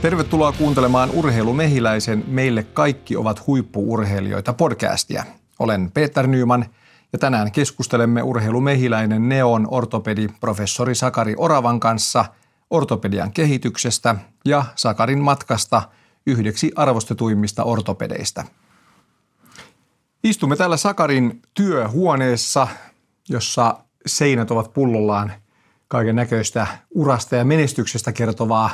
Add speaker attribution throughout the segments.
Speaker 1: Tervetuloa kuuntelemaan Urheilumehiläisen Meille kaikki ovat huippu-urheilijoita podcastia. Olen Peter Nyman ja tänään keskustelemme Urheilumehiläinen Neon ortopedi professori Sakari Oravan kanssa ortopedian kehityksestä ja Sakarin matkasta yhdeksi arvostetuimmista ortopedeistä. Istumme täällä Sakarin työhuoneessa, jossa seinät ovat pullollaan kaiken näköistä urasta ja menestyksestä kertovaa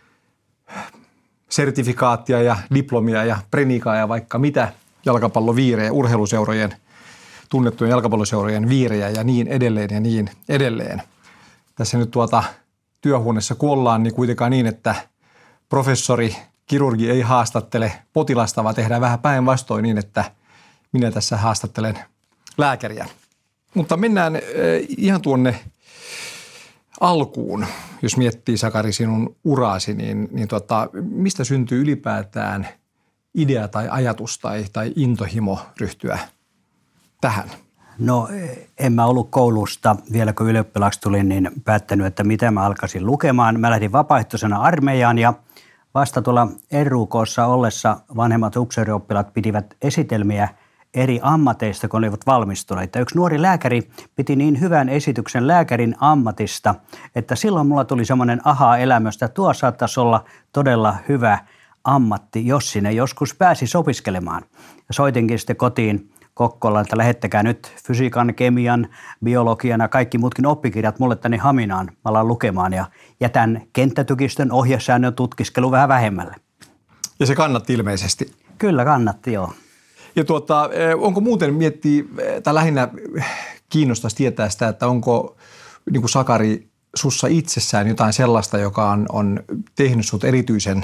Speaker 1: sertifikaattia ja diplomia ja prenikaa ja vaikka mitä jalkapalloviirejä, urheiluseurojen, tunnettujen jalkapalloseurojen viirejä ja niin edelleen ja niin edelleen. Tässä nyt työhuoneessa kun ollaan, niin kuitenkaan niin, että professori, kirurgi ei haastattele potilasta, vaan tehdään vähän päinvastoin niin, että minä tässä haastattelen lääkäriä. Mutta mennään ihan tuonne alkuun, jos miettii Sakari sinun uraasi, niin mistä syntyy ylipäätään idea tai ajatus tai intohimo ryhtyä tähän?
Speaker 2: No en mä ollut koulusta vielä kun ylioppilaaksi tulin, niin päättänyt, että mitä mä alkaisin lukemaan. Mä lähdin vapaaehtoisena armeijaan ja vasta tuolla RUK:ssa ollessa vanhemmat upseerioppilaat pitivät esitelmiä eri ammateista, kun olivat valmistuneita. Yksi nuori lääkäri piti niin hyvän esityksen lääkärin ammatista, että silloin mulla tuli semmoinen aha-elämys, että tuo saattaisi olla todella hyvä ammatti, jos sinne joskus pääsisi opiskelemaan. Ja soitinkin sitten kotiin Kokkolaan, että lähettäkää nyt fysiikan, kemian, biologian ja kaikki muutkin oppikirjat mulle tänne Haminaan. Mä alan lukemaan ja jätän kenttätykistön ohjesäännön tutkiskelu vähän vähemmälle.
Speaker 1: Ja se kannatti ilmeisesti?
Speaker 2: Kyllä kannatti, joo.
Speaker 1: Ja onko muuten tai lähinnä kiinnostaisi tietää sitä, että onko niin kuin Sakari sussa itsessään jotain sellaista, joka on tehnyt sut erityisen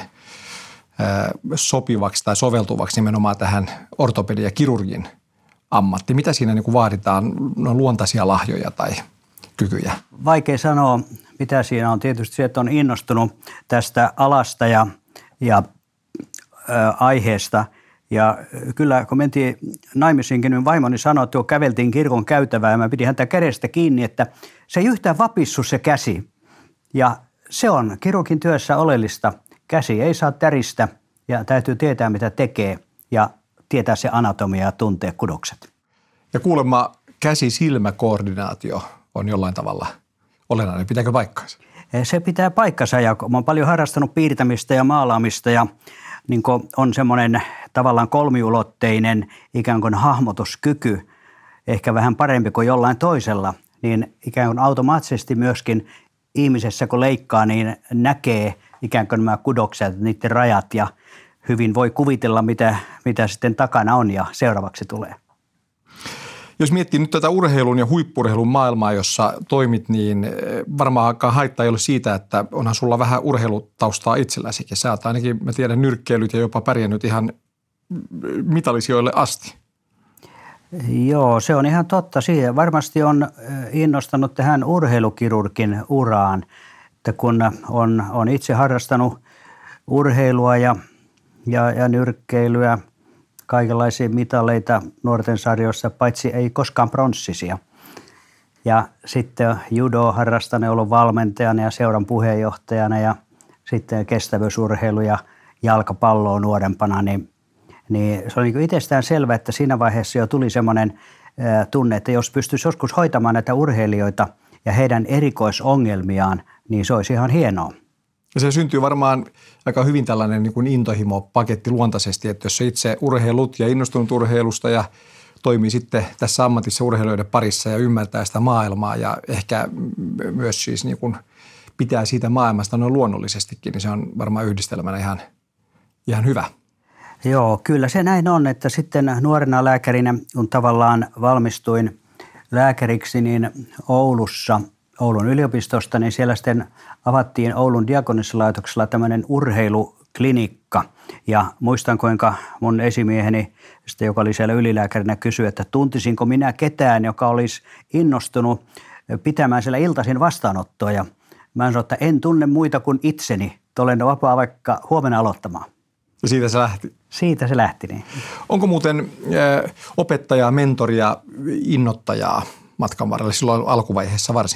Speaker 1: sopivaksi tai soveltuvaksi nimenomaan tähän ortopedia kirurgin ammattiin? Mitä siinä niin kuin vaaditaan, no luontaisia lahjoja tai kykyjä?
Speaker 2: Vaikea sanoa, mitä siinä on. Tietysti se, että on innostunut tästä alasta ja aiheesta. Ja kyllä kun mentiin naimisiinkin, niin vaimoni sanoi, että käveltiin kirkon käytävää ja mä pidin häntä kädestä kiinni, että se ei yhtään vapissu se käsi. Ja se on kirurgin työssä oleellista. Käsi ei saa täristä ja täytyy tietää, mitä tekee ja tietää se anatomia ja tuntea kudokset.
Speaker 1: Ja kuulemma käsi-silmäkoordinaatio on jollain tavalla olennainen. Pitääkö paikkansa?
Speaker 2: Se pitää paikkansa ja mä oon paljon harrastanut piirtämistä ja maalaamista ja niin kuin on semmoinen tavallaan kolmiulotteinen ikään kuin hahmotuskyky, ehkä vähän parempi kuin jollain toisella, niin ikään kuin automaattisesti myöskin ihmisessä kun leikkaa, niin näkee ikään kuin nämä kudokset, niiden rajat ja hyvin voi kuvitella, mitä sitten takana on ja seuraavaksi tulee.
Speaker 1: Jos miettii nyt tätä urheilun ja huippu-urheilun maailmaa, jossa toimit, niin varmaankaan haittaa ei ole siitä, että onhan sulla vähän urheilutaustaa itselläsikin. Sä oot ainakin, mä tiedän, nyrkkeilyt ja jopa pärjännyt ihan mitalisijoille asti.
Speaker 2: Joo, se on ihan totta. Siihen varmasti on innostanut tähän urheilukirurgin uraan, että kun on itse harrastanut urheilua ja nyrkkeilyä, kaikenlaisia mitaleita nuorten sarjoissa, paitsi ei koskaan pronssisia. Ja sitten judo harrastanut, ollut valmentajana ja seuran puheenjohtajana ja sitten kestävyysurheilu ja jalkapalloa nuorempana, niin se oli niin itsestään selvä, että siinä vaiheessa jo tuli semmoinen tunne, että jos pystyisi joskus hoitamaan näitä urheilijoita ja heidän erikoisongelmiaan, niin se olisi ihan hienoa.
Speaker 1: Ja se syntyy varmaan aika hyvin tällainen niin kuin intohimo-paketti luontaisesti, että jos itse urheilut ja innostunut urheilusta ja toimii sitten tässä ammatissa urheilijoiden parissa ja ymmärtää sitä maailmaa ja ehkä myös siis niin kuin pitää siitä maailmasta noin luonnollisestikin, niin se on varmaan yhdistelmänä ihan hyvä.
Speaker 2: Joo, kyllä se näin on, että sitten nuorena lääkärinä, kun tavallaan valmistuin lääkäriksi, niin Oulun yliopistosta, niin siellä sitten avattiin Oulun diakonissalaitoksella tämmöinen urheiluklinikka. Ja muistan, kuinka mun esimieheni, joka oli siellä ylilääkärinä, kysyi, että tuntisinko minä ketään, joka olisi innostunut pitämään siellä iltaisin vastaanottoa. Ja mä sanoin, että en tunne muita kuin itseni, että olen vapaa vaikka huomenna aloittamaan.
Speaker 1: Ja siitä se lähti?
Speaker 2: Siitä se lähti, niin.
Speaker 1: Onko muuten opettajaa, mentoria, innoittajaa matkan varrella silloin alkuvaiheessa varsinkin?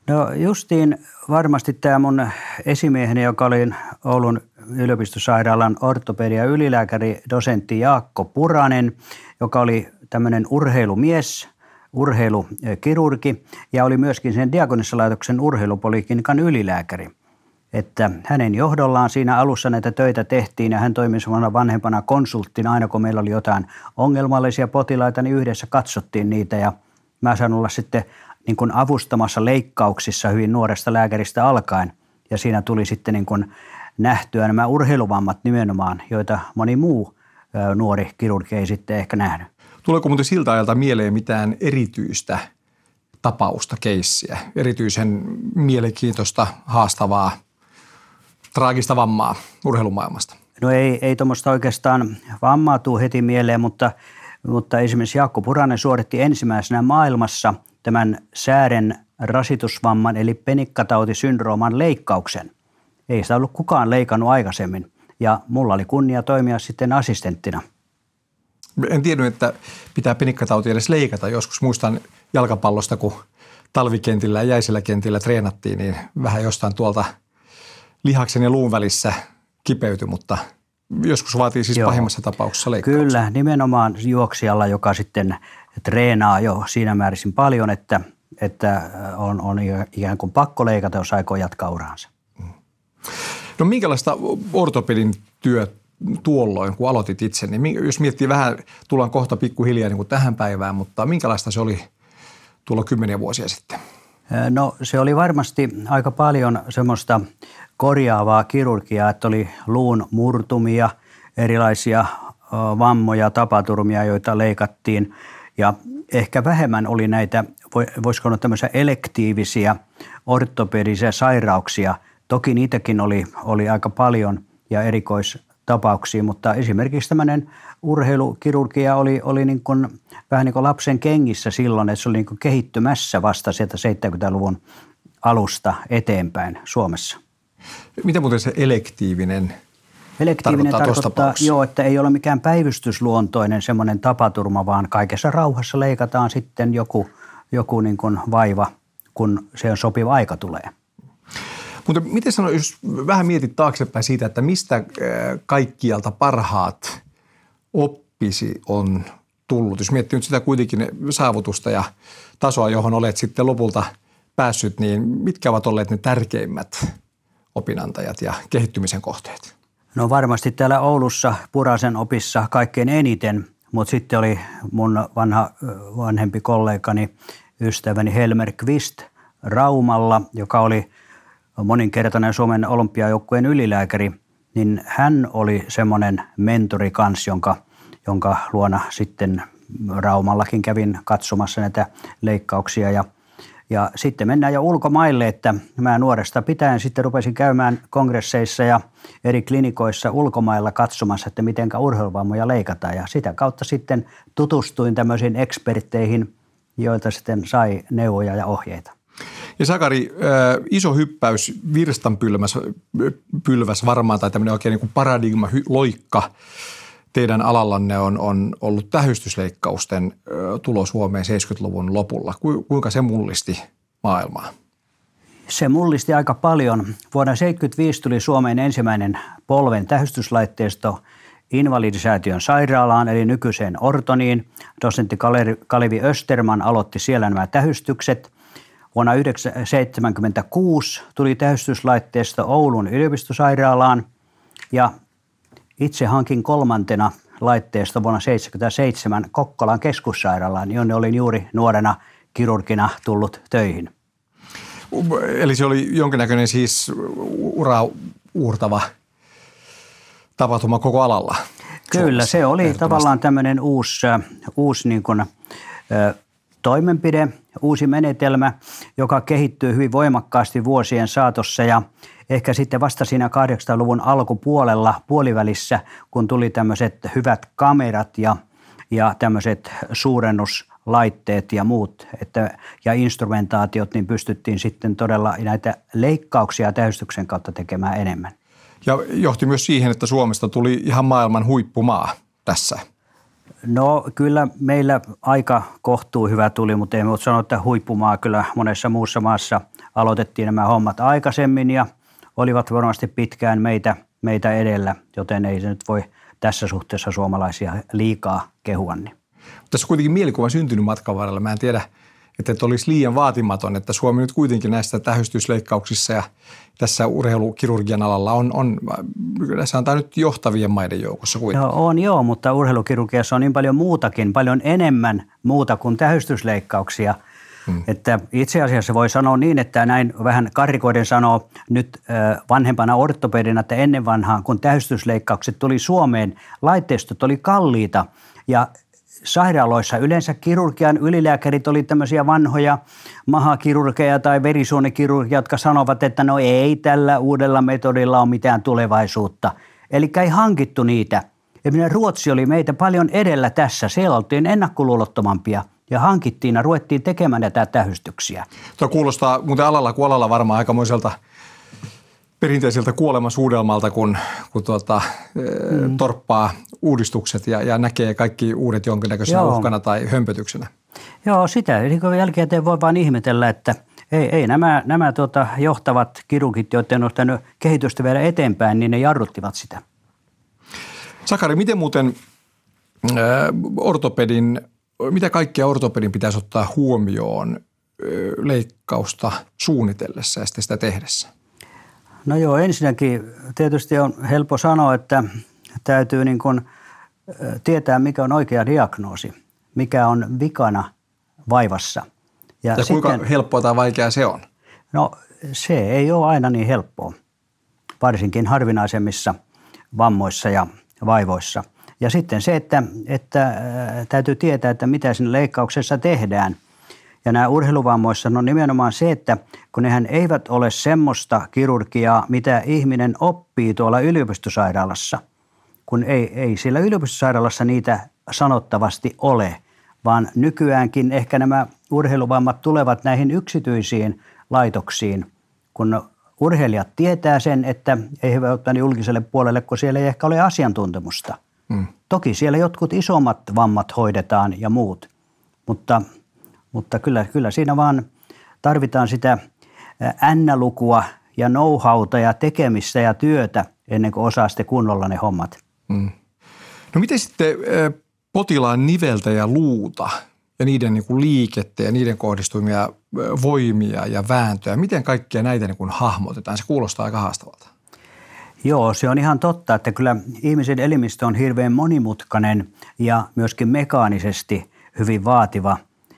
Speaker 2: No justiin varmasti tämä mun esimieheni, joka oli Oulun yliopistosairaalan ortopedia ylilääkäri, dosentti Jaakko Puranen, joka oli tämmöinen urheilumies, urheilukirurgi ja oli myöskin sen Diakonissalaitoksen urheilupoliklinikan ylilääkäri. Että hänen johdollaan siinä alussa näitä töitä tehtiin ja hän toimi semmoinen vanhempana konsulttina. Aina kun meillä oli jotain ongelmallisia potilaita, niin yhdessä katsottiin niitä ja mä sain olla sitten niin kuin avustamassa leikkauksissa hyvin nuoresta lääkäristä alkaen. Ja siinä tuli sitten niin kuin nähtyä nämä urheiluvammat nimenomaan, joita moni muu nuori kirurgi ei sitten ehkä nähnyt.
Speaker 1: Tuleeko muuten siltä ajalta mieleen mitään erityistä tapausta, keissiä, erityisen mielenkiintoista, haastavaa, traagista vammaa urheilumaailmasta?
Speaker 2: No ei tuommoista oikeastaan vammaa tule heti mieleen, mutta esimerkiksi Jaakko Puranen suoritti ensimmäisenä maailmassa tämän säären rasitusvamman eli penikkatautisyndrooman leikkauksen. Ei sitä ollut kukaan leikannut aikaisemmin ja mulla oli kunnia toimia sitten assistenttina.
Speaker 1: En tiennyt, että pitää penikkatautia edes leikata. Joskus muistan jalkapallosta, kun talvikentillä ja jäisillä kentillä treenattiin, niin vähän jostain tuolta lihaksen ja luun välissä kipeytyi, mutta joskus vaatii siis pahimmassa tapauksessa leikkauksia.
Speaker 2: Kyllä, nimenomaan juoksijalla, joka sitten treenaa jo siinä määrin paljon, että on ikään kuin pakko leikata, jos aikoo jatkaa uraansa.
Speaker 1: No minkälaista ortopedin työ tuolloin, kun aloitit itse, niin jos miettii vähän, tullaan kohta pikkuhiljaa niin kuin tähän päivään, mutta minkälaista se oli tuolla 10 vuosia sitten?
Speaker 2: No se oli varmasti aika paljon semmoista korjaavaa kirurgiaa, että oli luun murtumia, erilaisia vammoja, tapaturmia, joita leikattiin ja ehkä vähemmän oli näitä, voisiko olla tämmöisiä elektiivisiä ortopedisia sairauksia. Toki niitäkin oli aika paljon ja erikoistapauksia, mutta esimerkiksi tämmöinen urheilukirurgia oli niin kuin, vähän niin kuin lapsen kengissä silloin, että se oli niin kuin kehittymässä vasta sieltä 70-luvun alusta eteenpäin Suomessa.
Speaker 1: Mitä muuten se elektiivinen
Speaker 2: tarkoittaa että ei ole mikään päivystysluontoinen semmoinen tapaturma, vaan kaikessa rauhassa leikataan sitten joku niin kuin vaiva, kun se on sopiva aika tulee.
Speaker 1: Mutta miten sanoa, jos vähän mietit taaksepäin siitä, että mistä kaikkialta parhaat oppisi on tullut? Jos miettii nyt sitä kuitenkin saavutusta ja tasoa, johon olet sitten lopulta päässyt, niin mitkä ovat olleet ne tärkeimmät opinantajat ja kehittymisen kohteet?
Speaker 2: No varmasti täällä Oulussa Purasen opissa kaikkein eniten, mutta sitten oli mun vanhempi kollegani, ystäväni Helmer Qvist Raumalla, joka oli moninkertainen Suomen olympiajoukkueen ylilääkäri, niin hän oli semmoinen mentori kanssa, jonka luona sitten Raumallakin kävin katsomassa näitä leikkauksia ja sitten mennään jo ulkomaille, että mä nuoresta pitäen sitten rupesin käymään kongresseissa ja eri klinikoissa ulkomailla katsomassa, että mitenkä urheiluvammoja leikataan ja sitä kautta sitten tutustuin tämmöisiin ekspertteihin, joilta sitten sai neuvoja ja ohjeita.
Speaker 1: Ja Sakari, iso hyppäys, virstanpylväs varmaan tai tämmöinen oikein niin kuin paradigma-loikka teidän alallanne on ollut tähystysleikkausten tulo Suomeen 70-luvun lopulla. Kuinka se mullisti maailmaa?
Speaker 2: Se mullisti aika paljon. Vuonna 1975 tuli Suomeen ensimmäinen polven tähystyslaitteisto Invalidisäätiön sairaalaan eli nykyiseen Ortoniin. Dosentti Kalevi Österman aloitti siellä nämä tähystykset. Vuonna 1976 tuli tähystyslaitteisto Oulun yliopistosairaalaan ja itse hankin kolmantena laitteisto vuonna 1977 Kokkolan keskussairaalaan, jonne olin juuri nuorena kirurgina tullut töihin.
Speaker 1: Eli se oli jonkinnäköinen siis uraa uurtava tapahtuma koko alalla?
Speaker 2: Kyllä, se oli tavallaan tämmöinen uusi niin kuin, toimenpide, uusi menetelmä, joka kehittyy hyvin voimakkaasti vuosien saatossa ja ehkä sitten vasta siinä 80-luvun alkupuolella puolivälissä, kun tuli tämmöiset hyvät kamerat ja tämmöiset suurennuslaitteet ja muut ja instrumentaatiot, niin pystyttiin sitten todella näitä leikkauksia tähystyksen kautta tekemään enemmän.
Speaker 1: Ja johti myös siihen, että Suomesta tuli ihan maailman huippumaa tässä.
Speaker 2: No kyllä meillä aika kohtuu hyvä tuli, mutta ei voi sanoa, että huippumaa kyllä monessa muussa maassa aloitettiin nämä hommat aikaisemmin ja olivat varmasti pitkään meitä edellä, joten ei se nyt voi tässä suhteessa suomalaisia liikaa kehua. Niin.
Speaker 1: Tässä on kuitenkin mielikuva syntynyt matkan varrella. Mä en tiedä, että olisi liian vaatimaton, että Suomi nyt kuitenkin näissä tähystysleikkauksissa ja tässä urheilukirurgian alalla on sanotaan nyt johtavien maiden joukossa kuitenkin.
Speaker 2: No, on joo, mutta urheilukirurgiassa on niin paljon muutakin, paljon enemmän muuta kuin tähystysleikkauksia. Että itse asiassa voi sanoa niin, että näin vähän karrikoiden sanoo nyt vanhempana ortopedina, että ennen vanhaan, kun tähystysleikkaukset tuli Suomeen, laitteistot oli kalliita ja sairaaloissa yleensä kirurgian ylilääkärit oli tämmöisiä vanhoja mahakirurgeja tai verisuonikirurgia, jotka sanovat, että no ei tällä uudella metodilla ole mitään tulevaisuutta. Eli ei hankittu niitä. Ja Ruotsi oli meitä paljon edellä tässä. Siellä oltiin ennakkoluulottomampia ja hankittiin ja ruvettiin tekemään näitä tähystyksiä.
Speaker 1: Tuo kuulostaa muuten alalla kuin alalla varmaan aikamoiselta perinteiseltä kuolemasuudelmalta, kun torppaa uudistukset ja näkee kaikki uudet jonkinnäköisenä uhkana tai hömpötyksenä.
Speaker 2: Joo, sitä. Eli jälkikäteen voi vaan ihmetellä, että ei nämä johtavat kirurgit, joiden on ottanut kehitystä vielä eteenpäin, niin ne jarruttivat sitä.
Speaker 1: Sakari, miten muuten mitä kaikkea ortopedin pitäisi ottaa huomioon leikkausta suunnitellessa ja sitten sitä tehdessä?
Speaker 2: No joo, ensinnäkin tietysti on helppo sanoa, että täytyy niin kuin tietää, mikä on oikea diagnoosi, mikä on vikana vaivassa.
Speaker 1: Ja kuinka helppoa tai vaikeaa se on?
Speaker 2: No se ei ole aina niin helppoa, varsinkin harvinaisemmissa vammoissa ja vaivoissa. Ja sitten se, että täytyy tietää, että mitä siinä leikkauksessa tehdään. Ja nämä urheiluvammoissa on nimenomaan se, että kun nehän eivät ole semmoista kirurgiaa, mitä ihminen oppii tuolla yliopistosairaalassa, kun ei siellä yliopistosairaalassa niitä sanottavasti ole, vaan nykyäänkin ehkä nämä urheiluvammat tulevat näihin yksityisiin laitoksiin, kun urheilijat tietää sen, että ei he voi ottaa julkiselle puolelle, kun siellä ei ehkä ole asiantuntemusta. Toki siellä jotkut isommat vammat hoidetaan ja muut, mutta kyllä siinä vaan tarvitaan sitä N-lukua ja know-howta ja tekemistä ja työtä ennen kuin osaa sitten kunnolla ne hommat.
Speaker 1: No miten sitten potilaan niveltä ja luuta ja niiden niin kuin liikettä ja niiden kohdistumia voimia ja vääntöjä, miten kaikkia näitä niin kuin hahmotetaan? Se kuulostaa aika haastavalta.
Speaker 2: Joo, se on ihan totta, että kyllä ihmisen elimistö on hirveän monimutkainen ja myöskin mekaanisesti hyvin vaativa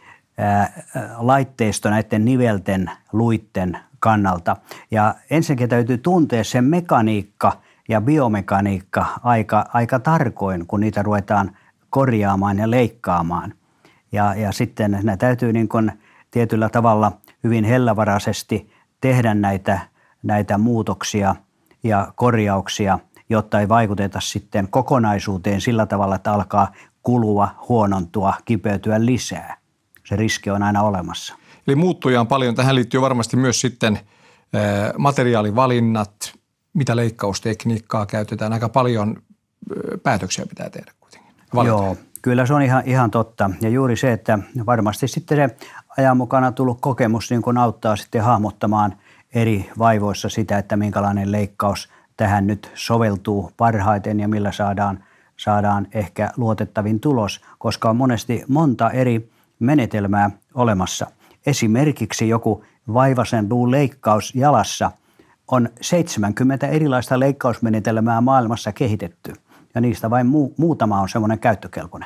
Speaker 2: laitteisto näiden nivelten, luitten kannalta. Ja ensinnäkin täytyy tuntea sen mekaniikka ja biomekaniikka aika tarkoin, kun niitä ruvetaan korjaamaan ja leikkaamaan. Ja sitten ne täytyy niin kuin tietyllä tavalla hyvin hellävaraisesti tehdä näitä muutoksia ja korjauksia, jotta ei vaikuteta sitten kokonaisuuteen sillä tavalla, että alkaa kulua, huonontua, kipeytyä lisää. Se riski on aina olemassa.
Speaker 1: Eli muuttuja on paljon. Tähän liittyy varmasti myös sitten materiaalivalinnat, mitä leikkaustekniikkaa käytetään. Aika paljon päätöksiä pitää tehdä kuitenkin.
Speaker 2: Joo, kyllä se on ihan totta. Ja juuri se, että varmasti sitten se ajan mukana tullut kokemus niin kun auttaa sitten hahmottamaan eri vaivoissa sitä, että minkälainen leikkaus tähän nyt soveltuu parhaiten ja millä saadaan ehkä luotettavin tulos, koska on monesti monta eri menetelmää olemassa. Esimerkiksi joku vaivaisen luun leikkaus jalassa on 70 erilaista leikkausmenetelmää maailmassa kehitetty ja niistä vain muutama on semmoinen käyttökelpoinen.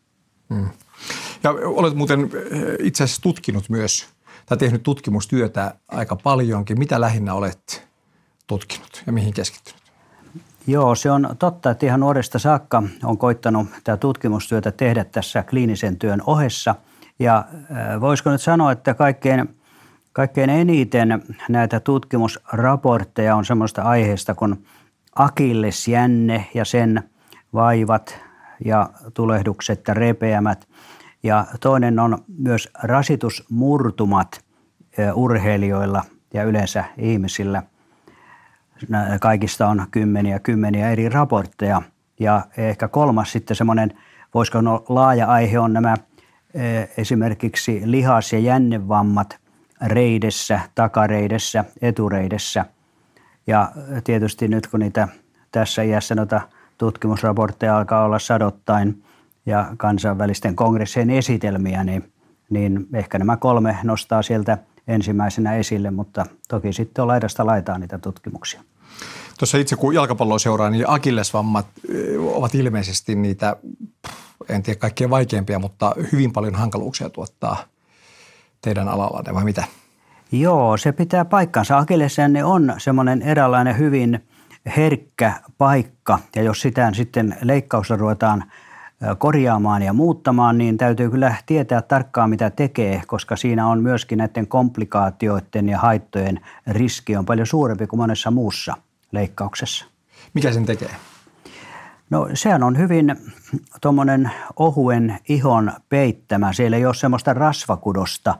Speaker 1: Ja olet muuten itse asiassa tutkinut myös tai tehnyt tutkimustyötä aika paljonkin. Mitä lähinnä olet tutkinut ja mihin keskittynyt?
Speaker 2: Joo, se on totta, että ihan nuoresta saakka on koittanut tätä tutkimustyötä tehdä tässä kliinisen työn ohessa. Ja voisiko nyt sanoa, että kaikkein eniten näitä tutkimusraportteja on semmoista aiheesta kuin akillesjänne ja sen vaivat ja tulehdukset ja repeämät. Ja toinen on myös rasitusmurtumat urheilijoilla ja yleensä ihmisillä. Kaikista on kymmeniä eri raportteja. Ja ehkä kolmas sitten semmoinen voisiko laaja aihe on nämä esimerkiksi lihas- ja jännevammat reidessä, takareidessä, etureidessä. Ja tietysti nyt kun niitä tässä iässä noita tutkimusraportteja alkaa olla sadottain ja kansainvälisten kongressien esitelmiä, niin ehkä nämä 3 nostaa sieltä ensimmäisenä esille, mutta toki sitten on laidasta laitaan niitä tutkimuksia.
Speaker 1: Tuossa itse kun jalkapalloa seuraa, niin akillesvammat ovat ilmeisesti niitä, en tiedä kaikkein vaikeimpia, mutta hyvin paljon hankaluuksia tuottaa teidän alallanne vai mitä?
Speaker 2: Joo, se pitää paikkansa. Akillesjänne on semmoinen eräänlainen hyvin herkkä paikka ja jos sitä sitten leikkausta ruvetaan korjaamaan ja muuttamaan, niin täytyy kyllä tietää tarkkaan mitä tekee, koska siinä on myöskin näiden komplikaatioiden ja haittojen riski on paljon suurempi kuin monessa muussa leikkauksessa. Mikä
Speaker 1: sen tekee?
Speaker 2: No sehän on hyvin tuommoinen ohuen ihon peittämä. Siellä ei ole semmoista rasvakudosta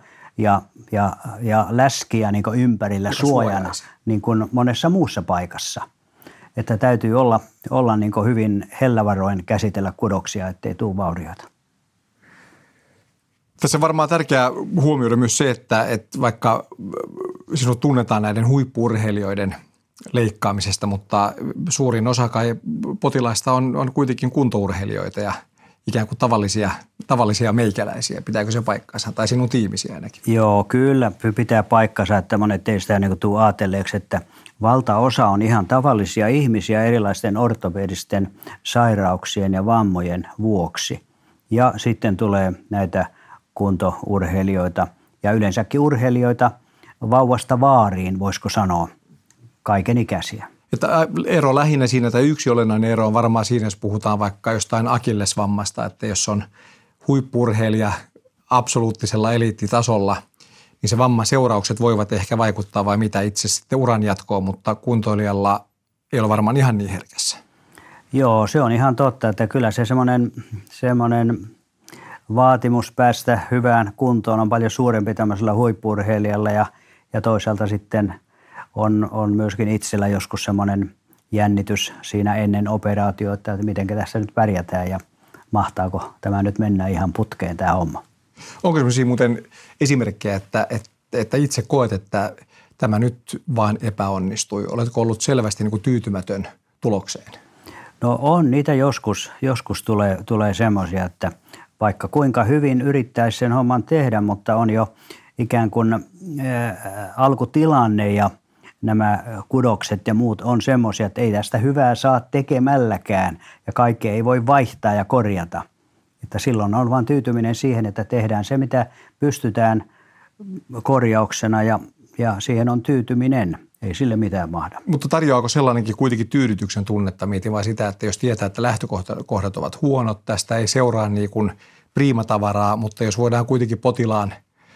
Speaker 2: ja läskiä niin kuin ympärillä suojana niin kuin monessa muussa paikassa. Että täytyy olla niin kuin hyvin hellävaroin käsitellä kudoksia, ettei tule vaurioita.
Speaker 1: Tässä on varmaan tärkeää huomioida myös se, että vaikka sinut tunnetaan näiden huippu-urheilijoiden leikkaamisesta, mutta suurin osa kai potilaista on kuitenkin kuntourheilijoita ja ikään kuin tavallisia meikäläisiä. Pitääkö se paikkansa? Tai sinun tiimisi ainakin?
Speaker 2: Joo, kyllä pitää paikkansa, että monet teistä niin tule ajatelleeksi, että valtaosa on ihan tavallisia ihmisiä erilaisten ortopedisten sairauksien ja vammojen vuoksi. Ja sitten tulee näitä kuntourheilijoita ja yleensäkin urheilijoita vauvasta vaariin, voisiko sanoa, kaikenikäisiä.
Speaker 1: Että ero lähinnä siinä, tai yksi olennainen ero on varmaan siinä, jos puhutaan vaikka jostain akillesvammasta, että jos on huippu-urheilija absoluuttisella eliittitasolla, niin se vamman seuraukset voivat ehkä vaikuttaa vai mitä itse sitten uran jatkoon, mutta kuntoilijalla ei ole varmaan ihan niin herkässä. Joo,
Speaker 2: se on ihan totta, että kyllä se semmoinen vaatimus päästä hyvään kuntoon on paljon suurempi tämmöisellä huippu-urheilijalla ja toisaalta sitten on myöskin itsellä joskus semmoinen jännitys siinä ennen operaatiota, että miten tässä nyt pärjätään ja mahtaako tämä nyt mennä ihan putkeen tämä homma.
Speaker 1: Onko sellaisia muuten esimerkkejä, että itse koet, että tämä nyt vaan epäonnistui? Oletko ollut selvästi niin kuin tyytymätön tulokseen?
Speaker 2: No on niitä joskus tulee semmoisia, että vaikka kuinka hyvin yrittäisi sen homman tehdä, mutta on jo ikään kuin alkutilanne ja nämä kudokset ja muut on semmoisia, että ei tästä hyvää saa tekemälläkään ja kaikkea ei voi vaihtaa ja korjata. Että silloin on vain tyytyminen siihen, että tehdään se, mitä pystytään korjauksena ja siihen on tyytyminen. Ei sille mitään mahda.
Speaker 1: Mutta tarjoaako sellainenkin kuitenkin tyydytyksen tunnetta, mietin vai sitä, että jos tietää, että lähtökohdat ovat huonot, tästä ei seuraa niin kuin priimatavaraa, mutta jos voidaan kuitenkin potilaan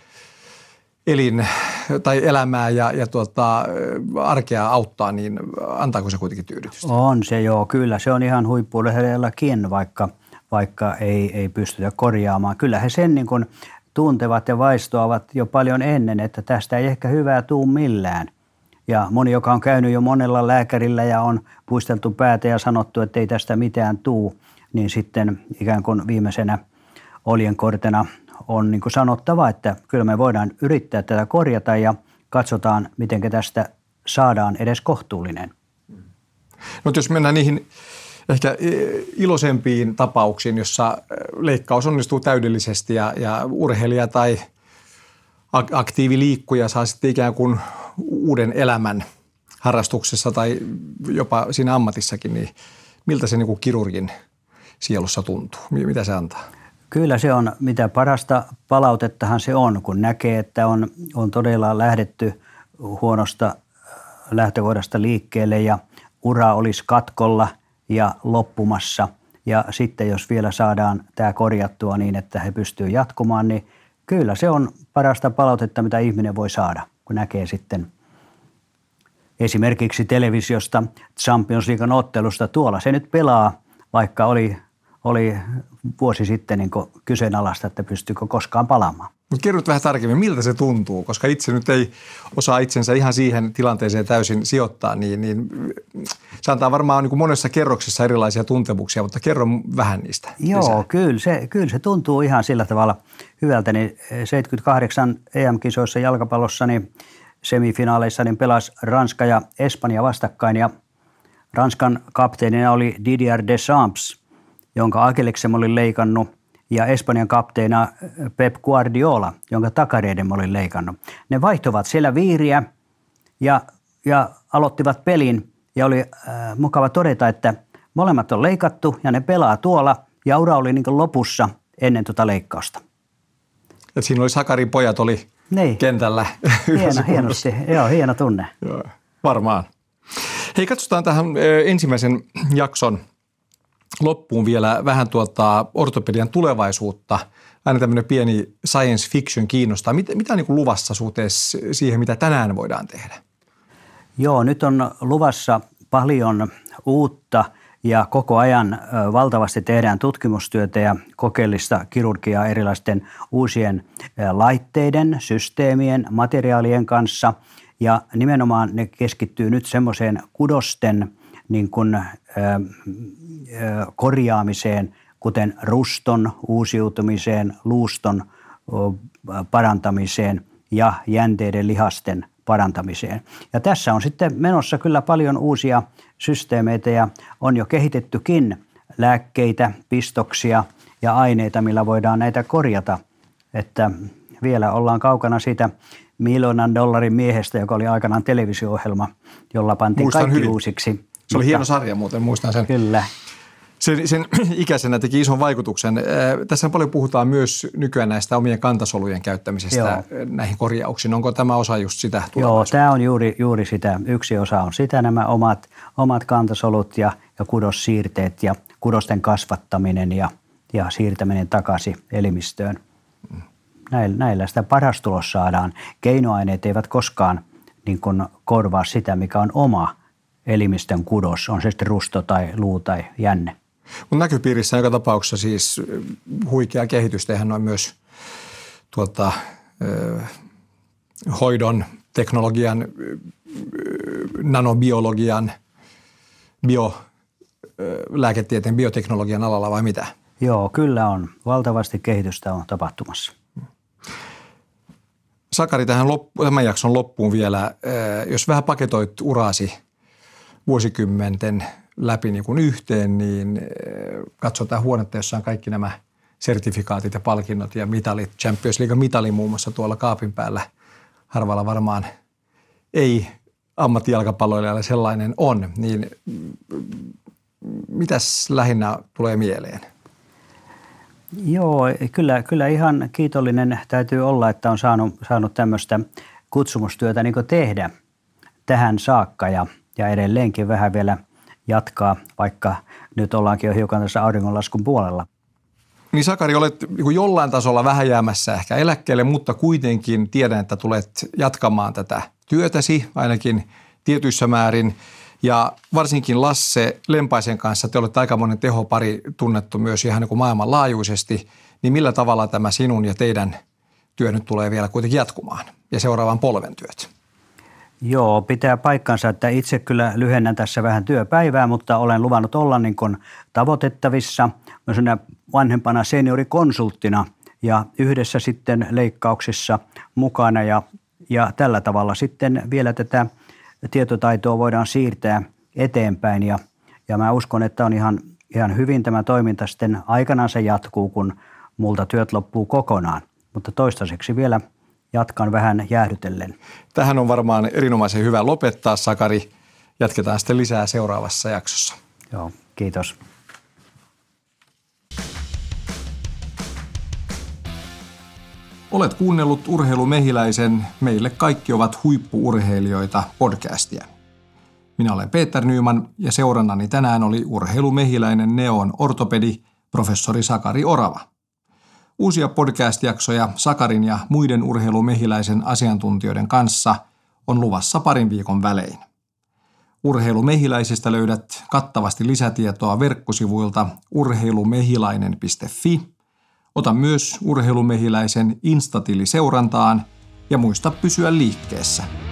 Speaker 1: tai elämää ja arkea auttaa, niin antaako se kuitenkin tyydytystä?
Speaker 2: On se joo, kyllä. Se on ihan huippu-urheilijallakin, vaikka ei pystytä korjaamaan. Kyllä he sen niin kuin tuntevat ja vaistoavat jo paljon ennen, että tästä ei ehkä hyvää tuu millään. Ja moni, joka on käynyt jo monella lääkärillä ja on puisteltu päätä ja sanottu, että ei tästä mitään tuu, niin sitten ikään kuin viimeisenä oljenkortena on niin kuin sanottava, että kyllä me voidaan yrittää tätä korjata ja katsotaan, miten tästä saadaan edes kohtuullinen.
Speaker 1: No jos mennään niihin ehkä iloisempiin tapauksiin, jossa leikkaus onnistuu täydellisesti ja urheilija tai aktiiviliikkuja saa sitten ikään kuin uuden elämän harrastuksessa tai jopa siinä ammatissakin, niin miltä se niin kuin kirurgin sielussa tuntuu? Mitä se antaa?
Speaker 2: Kyllä se on, mitä parasta palautettahan se on, kun näkee, että on todella lähdetty huonosta lähtökohdasta liikkeelle ja ura olisi katkolla ja loppumassa. Ja sitten jos vielä saadaan tämä korjattua niin, että he pystyvät jatkumaan, niin kyllä se on parasta palautetta, mitä ihminen voi saada, kun näkee sitten esimerkiksi televisiosta Champions League'n ottelusta. Tuolla se nyt pelaa, vaikka oli vuosi sitten niin kyseenalaista, että pystyykö koskaan palaamaan.
Speaker 1: Mutta kerrot vähän tarkemmin, miltä se tuntuu, koska itse nyt ei osaa itsensä ihan siihen tilanteeseen täysin sijoittaa, niin se antaa varmaan niin kuin monessa kerroksessa erilaisia tuntemuksia, mutta kerro vähän niistä.
Speaker 2: Joo, kyllä se tuntuu ihan sillä tavalla hyvältä. Niin 78 EM-kisoissa jalkapallossa niin semifinaaleissa niin pelasi Ranska ja Espanja vastakkain ja Ranskan kapteenina oli Didier Deschamps, jonka akilleksen olin leikannut, ja Espanjan kapteena Pep Guardiola, jonka takareiden olin leikannut. Ne vaihtoivat siellä viiriä ja aloittivat pelin ja oli mukava todeta, että molemmat on leikattu ja ne pelaa tuolla ja ura oli niin kuin lopussa ennen tuota leikkausta.
Speaker 1: Et siinä oli Sakarin pojat oli kentällä.
Speaker 2: Hienosti, joo, hieno tunne.
Speaker 1: Joo, varmaan. Hei, katsotaan tähän ensimmäisen jakson loppuun vielä vähän ortopedian tulevaisuutta. Aina tämmöinen pieni science fiction kiinnostaa. Mitä on niin kuin luvassa suhteessa siihen, mitä tänään voidaan tehdä?
Speaker 2: Joo, nyt on luvassa paljon uutta ja koko ajan valtavasti tehdään tutkimustyötä ja kokeellista kirurgiaa erilaisten uusien laitteiden, systeemien, materiaalien kanssa. Ja nimenomaan ne keskittyy nyt semmoiseen kudosten niin kuin, korjaamiseen, kuten ruston uusiutumiseen, luuston parantamiseen ja jänteiden lihasten parantamiseen. Ja tässä on sitten menossa kyllä paljon uusia systeemeitä ja on jo kehitettykin lääkkeitä, pistoksia ja aineita, millä voidaan näitä korjata. Että vielä ollaan kaukana siitä $1 miehestä, joka oli aikanaan televisio-ohjelma, jolla pantiin
Speaker 1: muistan
Speaker 2: kaikki
Speaker 1: hyvin
Speaker 2: uusiksi.
Speaker 1: Se oli hieno sarja muuten, muistan sen.
Speaker 2: Kyllä.
Speaker 1: Sen ikäisenä teki ison vaikutuksen. Tässä paljon puhutaan myös nykyään näistä omien kantasolujen käyttämisestä näihin korjauksiin. Onko tämä osa just sitä tulevaisuutta?
Speaker 2: Joo, tämä on juuri sitä. Yksi osa on sitä, nämä omat kantasolut ja kudossiirteet ja kudosten kasvattaminen ja siirtäminen takaisin elimistöön. Näillä sitä paras tulos saadaan. Keinoaineet eivät koskaan niin kuin korvaa sitä, mikä on oma elimistön kudos, on se sitten rusto tai luu tai jänne.
Speaker 1: Mutta näköpiirissä joka tapauksessa siis huikea kehitys. Tehän on myös hoidon, teknologian, nanobiologian, lääketieteen, bioteknologian alalla vai mitä?
Speaker 2: Joo, kyllä on. Valtavasti kehitystä on tapahtumassa.
Speaker 1: Sakari, tämän jakson loppuun vielä, jos vähän paketoit urasi vuosikymmenten läpi niin kuin yhteen, niin katsotaan huonetta, jossa on kaikki nämä sertifikaatit ja palkinnot ja mitalit. Champions League mitali muun muassa tuolla kaapin päällä. Harvalla varmaan ei ammattijalkapalloilijalle sellainen on. Niin mitäs lähinnä tulee mieleen?
Speaker 2: Joo, kyllä ihan kiitollinen täytyy olla, että on saanut tämmöistä kutsumustyötä niin kuin tehdä tähän saakka ja edelleenkin vähän vielä jatkaa, vaikka nyt ollaankin jo hiukan tässä auringonlaskun puolella.
Speaker 1: Niin Sakari, olet jollain tasolla vähän jäämässä ehkä eläkkeelle, mutta kuitenkin tiedän, että tulet jatkamaan tätä työtäsi ainakin tietyissä määrin. Ja varsinkin Lasse Lempaisen kanssa te olette aikamoinen tehopari tunnettu myös ihan niin kuin maailmanlaajuisesti. Niin millä tavalla tämä sinun ja teidän työ nyt tulee vielä kuitenkin jatkumaan ja seuraavan polven työt?
Speaker 2: Joo, pitää paikkansa, että itse kyllä lyhennän tässä vähän työpäivää, mutta olen luvannut olla niin kuin tavoitettavissa myös vanhempana seniorikonsulttina ja yhdessä sitten leikkauksissa mukana ja tällä tavalla sitten vielä tätä tietotaitoa voidaan siirtää eteenpäin ja mä uskon, että on ihan hyvin tämä toiminta sitten aikanaan se jatkuu, kun multa työt loppuu kokonaan, mutta toistaiseksi vielä jatkan vähän jäähdytellen.
Speaker 1: Tähän on varmaan erinomaisen hyvä lopettaa, Sakari. Jatketaan sitten lisää seuraavassa jaksossa.
Speaker 2: Joo, kiitos.
Speaker 1: Olet kuunnellut Urheilu Mehiläisen Meille kaikki ovat huippu-urheilijoita podcastia. Minä olen Peter Nyman ja seurannani tänään oli Urheilu Mehiläinen Neon ortopedi professori Sakari Orava. Uusia podcast-jaksoja Sakarin ja muiden Urheilu Mehiläisen asiantuntijoiden kanssa on luvassa parin viikon välein. Urheilumehiläisestä löydät kattavasti lisätietoa verkkosivuilta urheilumehilainen.fi. Ota myös Urheilumehiläisen Instatili seurantaan ja muista pysyä liikkeessä.